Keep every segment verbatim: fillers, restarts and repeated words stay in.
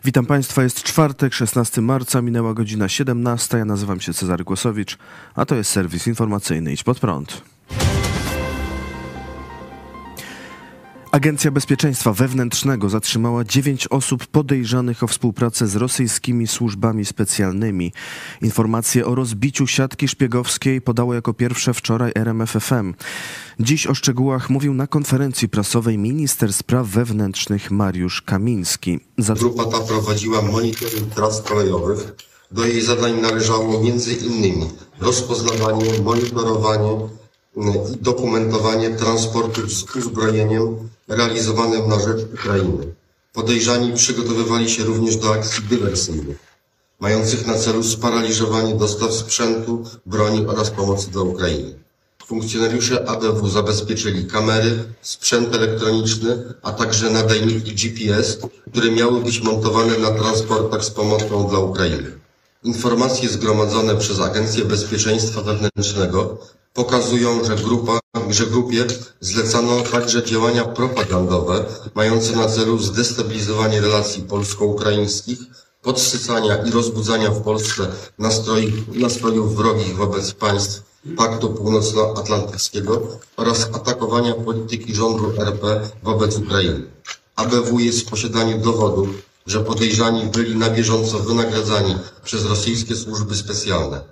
Witam Państwa, jest czwartek, szesnastego marca, minęła godzina siedemnasta. Ja nazywam się Cezary Głosowicz, a to jest serwis informacyjny Idź Pod Prąd. Agencja Bezpieczeństwa Wewnętrznego zatrzymała dziewięć osób podejrzanych o współpracę z rosyjskimi służbami specjalnymi. Informacje o rozbiciu siatki szpiegowskiej podało jako pierwsze wczoraj R M F F M. Dziś o szczegółach mówił na konferencji prasowej minister spraw wewnętrznych Mariusz Kamiński. Za... Grupa ta prowadziła monitoring tras kolejowych. Do jej zadań należało między innymi rozpoznawanie, monitorowanie i dokumentowanie transportów z uzbrojeniem realizowanym na rzecz Ukrainy. Podejrzani przygotowywali się również do akcji dywersyjnych, mających na celu sparaliżowanie dostaw sprzętu, broni oraz pomocy dla Ukrainy. Funkcjonariusze A B W zabezpieczyli kamery, sprzęt elektroniczny, a także nadajniki G P S, które miały być montowane na transportach z pomocą dla Ukrainy. Informacje zgromadzone przez Agencję Bezpieczeństwa Wewnętrznego pokazują, że, grupa, że grupie zlecano także działania propagandowe mające na celu zdestabilizowanie relacji polsko-ukraińskich, podsycania i rozbudzania w Polsce nastrojów, nastrojów wrogich wobec państw Paktu Północnoatlantyckiego oraz atakowania polityki rządu R P wobec Ukrainy. A B W jest w posiadaniu dowodów, że podejrzani byli na bieżąco wynagradzani przez rosyjskie służby specjalne.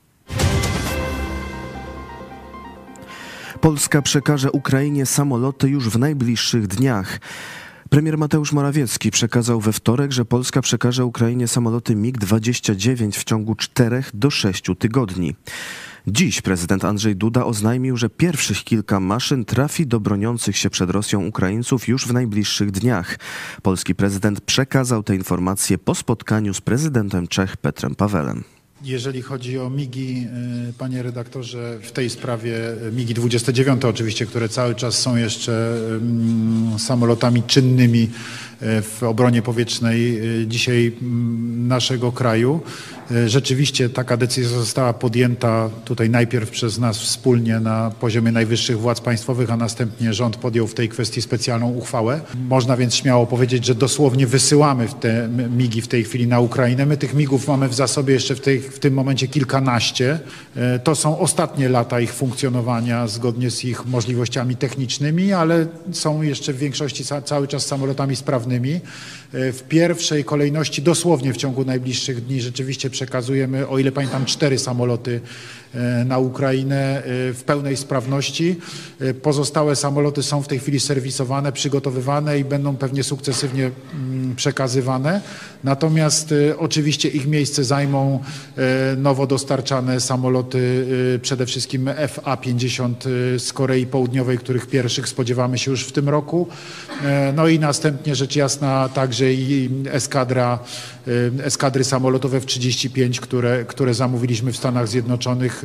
Polska przekaże Ukrainie samoloty już w najbliższych dniach. Premier Mateusz Morawiecki przekazał we wtorek, że Polska przekaże Ukrainie samoloty mig dwadzieścia dziewięć w ciągu czterech do sześciu tygodni. Dziś prezydent Andrzej Duda oznajmił, że pierwszych kilka maszyn trafi do broniących się przed Rosją Ukraińców już w najbliższych dniach. Polski prezydent przekazał te informacje po spotkaniu z prezydentem Czech Petrem Pawelem. Jeżeli chodzi o migi, panie redaktorze, w tej sprawie migi dwadzieścia dziewięć oczywiście, które cały czas są jeszcze samolotami czynnymi w obronie powietrznej dzisiaj naszego kraju. Rzeczywiście taka decyzja została podjęta tutaj najpierw przez nas wspólnie na poziomie najwyższych władz państwowych, a następnie rząd podjął w tej kwestii specjalną uchwałę. Można więc śmiało powiedzieć, że dosłownie wysyłamy te migi w tej chwili na Ukrainę. My tych migów mamy w zasobie jeszcze w, tej, w tym momencie kilkanaście. To są ostatnie lata ich funkcjonowania zgodnie z ich możliwościami technicznymi, ale są jeszcze w większości cały czas samolotami sprawnymi. W pierwszej kolejności dosłownie w ciągu najbliższych dni rzeczywiście przekazujemy, o ile pamiętam, cztery samoloty na Ukrainę w pełnej sprawności. Pozostałe samoloty są w tej chwili serwisowane, przygotowywane i będą pewnie sukcesywnie przekazywane. Natomiast oczywiście ich miejsce zajmą nowo dostarczane samoloty, przede wszystkim F A pięćdziesiąt z Korei Południowej, których pierwszych spodziewamy się już w tym roku. No i następnie rzecz jasna także i eskadra, eskadry samolotowe F trzydzieści pięć, które, które zamówiliśmy w Stanach Zjednoczonych.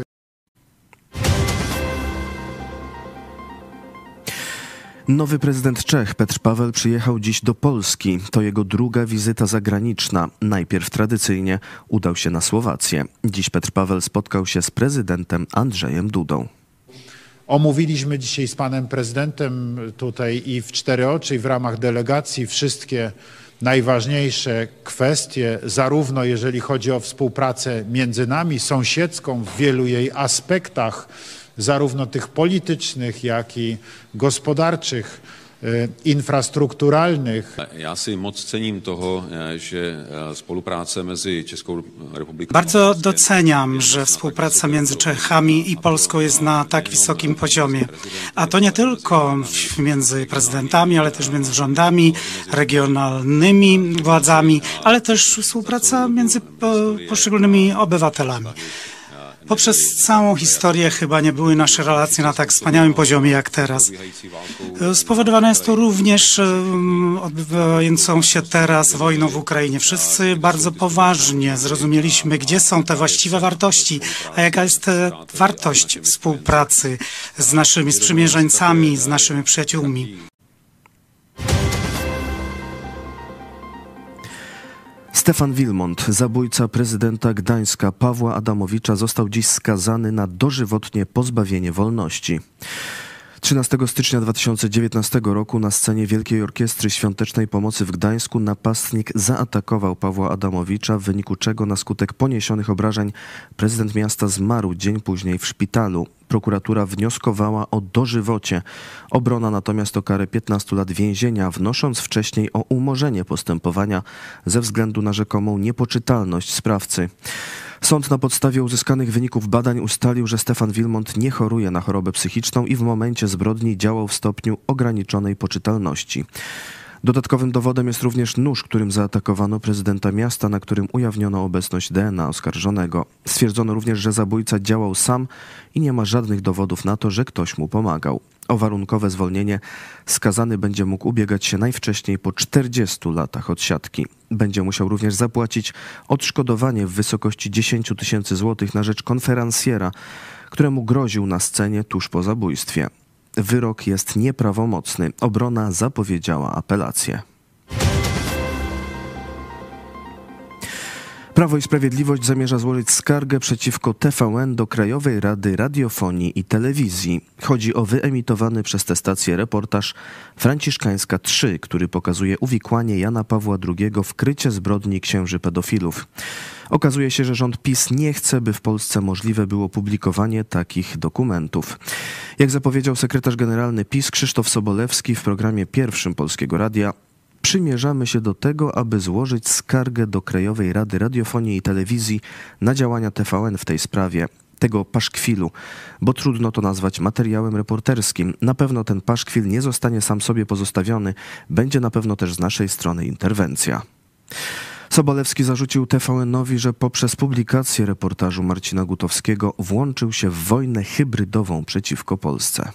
Nowy prezydent Czech Petr Paweł przyjechał dziś do Polski. To jego druga wizyta zagraniczna. Najpierw tradycyjnie udał się na Słowację. Dziś Petr Paweł spotkał się z prezydentem Andrzejem Dudą. Omówiliśmy dzisiaj z panem prezydentem tutaj i w cztery oczy, i w ramach delegacji wszystkie najważniejsze kwestie, zarówno jeżeli chodzi o współpracę między nami, sąsiedzką w wielu jej aspektach, zarówno tych politycznych, jak i gospodarczych, infrastrukturalnych. Já si moc cením toho, że współpraca między Českou Republiką... Bardzo doceniam, że współpraca między Czechami i Polską jest na tak wysokim poziomie. A to nie tylko między prezydentami, ale też między rządami, regionalnymi władzami, ale też współpraca między poszczególnymi obywatelami. Poprzez całą historię chyba nie były nasze relacje na tak wspaniałym poziomie jak teraz. Spowodowane jest to również odbywającą się teraz wojną w Ukrainie. Wszyscy bardzo poważnie zrozumieliśmy, gdzie są te właściwe wartości, a jaka jest wartość współpracy z naszymi sprzymierzeńcami, z naszymi przyjaciółmi. Stefan Wilmont, zabójca prezydenta Gdańska Pawła Adamowicza, został dziś skazany na dożywotnie pozbawienie wolności. trzynastego stycznia dwa tysiące dziewiętnastego roku na scenie Wielkiej Orkiestry Świątecznej Pomocy w Gdańsku napastnik zaatakował Pawła Adamowicza, w wyniku czego na skutek poniesionych obrażeń prezydent miasta zmarł dzień później w szpitalu. Prokuratura wnioskowała o dożywocie. Obrona natomiast o karę piętnastu lat więzienia, wnosząc wcześniej o umorzenie postępowania ze względu na rzekomą niepoczytalność sprawcy. Sąd na podstawie uzyskanych wyników badań ustalił, że Stefan Wilmont nie choruje na chorobę psychiczną i w momencie zbrodni działał w stopniu ograniczonej poczytalności. Dodatkowym dowodem jest również nóż, którym zaatakowano prezydenta miasta, na którym ujawniono obecność D N A oskarżonego. Stwierdzono również, że zabójca działał sam i nie ma żadnych dowodów na to, że ktoś mu pomagał. O warunkowe zwolnienie skazany będzie mógł ubiegać się najwcześniej po czterdziestu latach odsiadki. Będzie musiał również zapłacić odszkodowanie w wysokości dziesięć tysięcy złotych na rzecz konferencjera, któremu groził na scenie tuż po zabójstwie. Wyrok jest nieprawomocny. Obrona zapowiedziała apelację. Prawo i Sprawiedliwość zamierza złożyć skargę przeciwko T V N do Krajowej Rady Radiofonii i Telewizji. Chodzi o wyemitowany przez tę stację reportaż Franciszkańska trzy, który pokazuje uwikłanie Jana Pawła drugiego w krycie zbrodni księży pedofilów. Okazuje się, że rząd PiS nie chce, by w Polsce możliwe było publikowanie takich dokumentów. Jak zapowiedział sekretarz generalny PiS Krzysztof Sobolewski w programie pierwszym Polskiego Radia, przymierzamy się do tego, aby złożyć skargę do Krajowej Rady Radiofonii i Telewizji na działania T V N w tej sprawie, tego paszkwilu, bo trudno to nazwać materiałem reporterskim. Na pewno ten paszkwil nie zostanie sam sobie pozostawiony, będzie na pewno też z naszej strony interwencja. Sobolewski zarzucił T V N-owi, że poprzez publikację reportażu Marcina Gutowskiego włączył się w wojnę hybrydową przeciwko Polsce.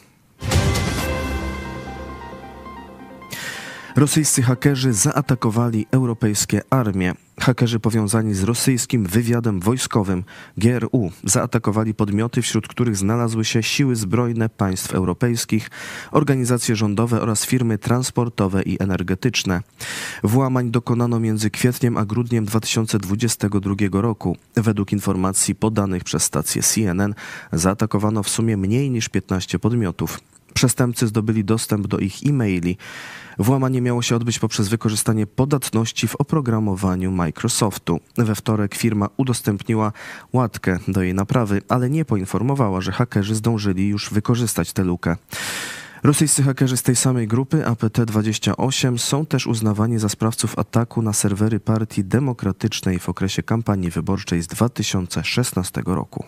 Rosyjscy hakerzy zaatakowali europejskie armie. Hakerzy powiązani z rosyjskim wywiadem wojskowym G R U zaatakowali podmioty, wśród których znalazły się siły zbrojne państw europejskich, organizacje rządowe oraz firmy transportowe i energetyczne. Włamań dokonano między kwietniem a grudniem dwa tysiące dwudziestego drugiego roku. Według informacji podanych przez stację C N N zaatakowano w sumie mniej niż piętnaście podmiotów. Przestępcy zdobyli dostęp do ich e-maili. Włamanie miało się odbyć poprzez wykorzystanie podatności w oprogramowaniu Microsoftu. We wtorek firma udostępniła łatkę do jej naprawy, ale nie poinformowała, że hakerzy zdążyli już wykorzystać tę lukę. Rosyjscy hakerzy z tej samej grupy A P T dwadzieścia osiem są też uznawani za sprawców ataku na serwery Partii Demokratycznej w okresie kampanii wyborczej z dwa tysiące szesnastego roku.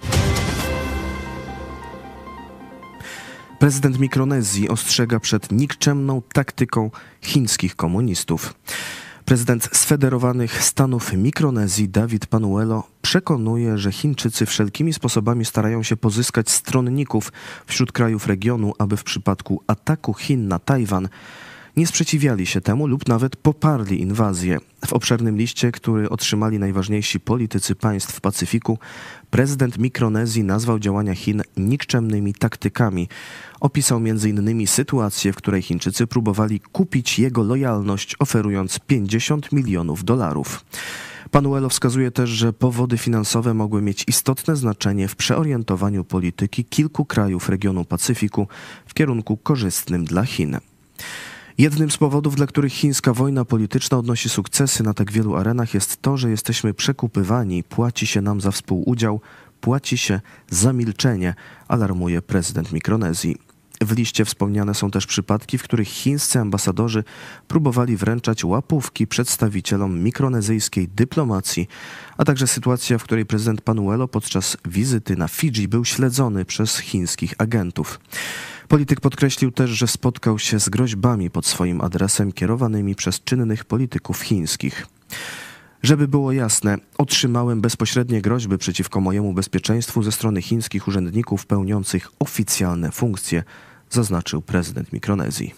Prezydent Mikronezji ostrzega przed nikczemną taktyką chińskich komunistów. Prezydent Sfederowanych Stanów Mikronezji David Panuelo przekonuje, że Chińczycy wszelkimi sposobami starają się pozyskać stronników wśród krajów regionu, aby w przypadku ataku Chin na Tajwan nie sprzeciwiali się temu lub nawet poparli inwazję. W obszernym liście, który otrzymali najważniejsi politycy państw Pacyfiku, prezydent Mikronezji nazwał działania Chin nikczemnymi taktykami. Opisał między innymi sytuację, w której Chińczycy próbowali kupić jego lojalność, oferując pięćdziesiąt milionów dolarów. Panuelo wskazuje też, że powody finansowe mogły mieć istotne znaczenie w przeorientowaniu polityki kilku krajów regionu Pacyfiku w kierunku korzystnym dla Chin. Jednym z powodów, dla których chińska wojna polityczna odnosi sukcesy na tak wielu arenach, jest to, że jesteśmy przekupywani, płaci się nam za współudział, płaci się za milczenie, alarmuje prezydent Mikronezji. W liście wspomniane są też przypadki, w których chińscy ambasadorzy próbowali wręczać łapówki przedstawicielom mikronezyjskiej dyplomacji, a także sytuacja, w której prezydent Panuelo podczas wizyty na Fidżi był śledzony przez chińskich agentów. Polityk podkreślił też, że spotkał się z groźbami pod swoim adresem kierowanymi przez czynnych polityków chińskich. Żeby było jasne, otrzymałem bezpośrednie groźby przeciwko mojemu bezpieczeństwu ze strony chińskich urzędników pełniących oficjalne funkcje, zaznaczył prezydent Mikronezji.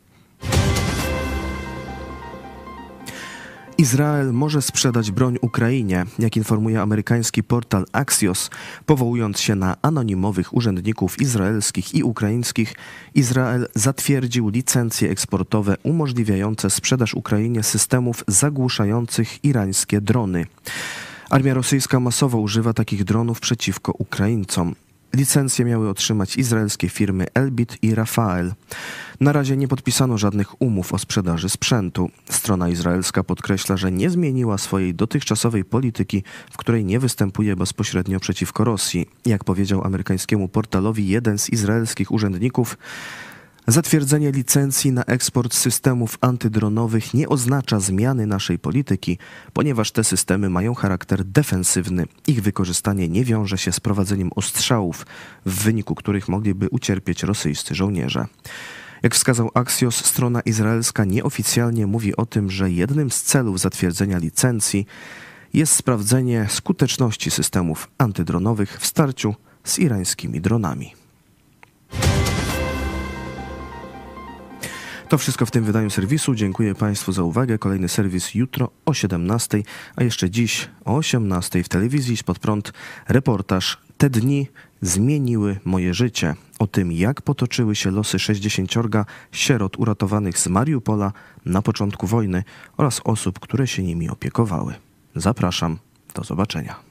Izrael może sprzedać broń Ukrainie, jak informuje amerykański portal Axios. Powołując się na anonimowych urzędników izraelskich i ukraińskich, Izrael zatwierdził licencje eksportowe umożliwiające sprzedaż Ukrainie systemów zagłuszających irańskie drony. Armia rosyjska masowo używa takich dronów przeciwko Ukraińcom. Licencje miały otrzymać izraelskie firmy Elbit i Rafael. Na razie nie podpisano żadnych umów o sprzedaży sprzętu. Strona izraelska podkreśla, że nie zmieniła swojej dotychczasowej polityki, w której nie występuje bezpośrednio przeciwko Rosji. Jak powiedział amerykańskiemu portalowi jeden z izraelskich urzędników, zatwierdzenie licencji na eksport systemów antydronowych nie oznacza zmiany naszej polityki, ponieważ te systemy mają charakter defensywny. Ich wykorzystanie nie wiąże się z prowadzeniem ostrzałów, w wyniku których mogliby ucierpieć rosyjscy żołnierze. Jak wskazał Axios, strona izraelska nieoficjalnie mówi o tym, że jednym z celów zatwierdzenia licencji jest sprawdzenie skuteczności systemów antydronowych w starciu z irańskimi dronami. To wszystko w tym wydaniu serwisu. Dziękuję Państwu za uwagę. Kolejny serwis jutro o siedemnastej, a jeszcze dziś o osiemnastej w telewizji Spod Prąd reportaż Te dni zmieniły moje życie. O tym, jak potoczyły się losy sześćdziesięciorga sierot uratowanych z Mariupola na początku wojny oraz osób, które się nimi opiekowały. Zapraszam. Do zobaczenia.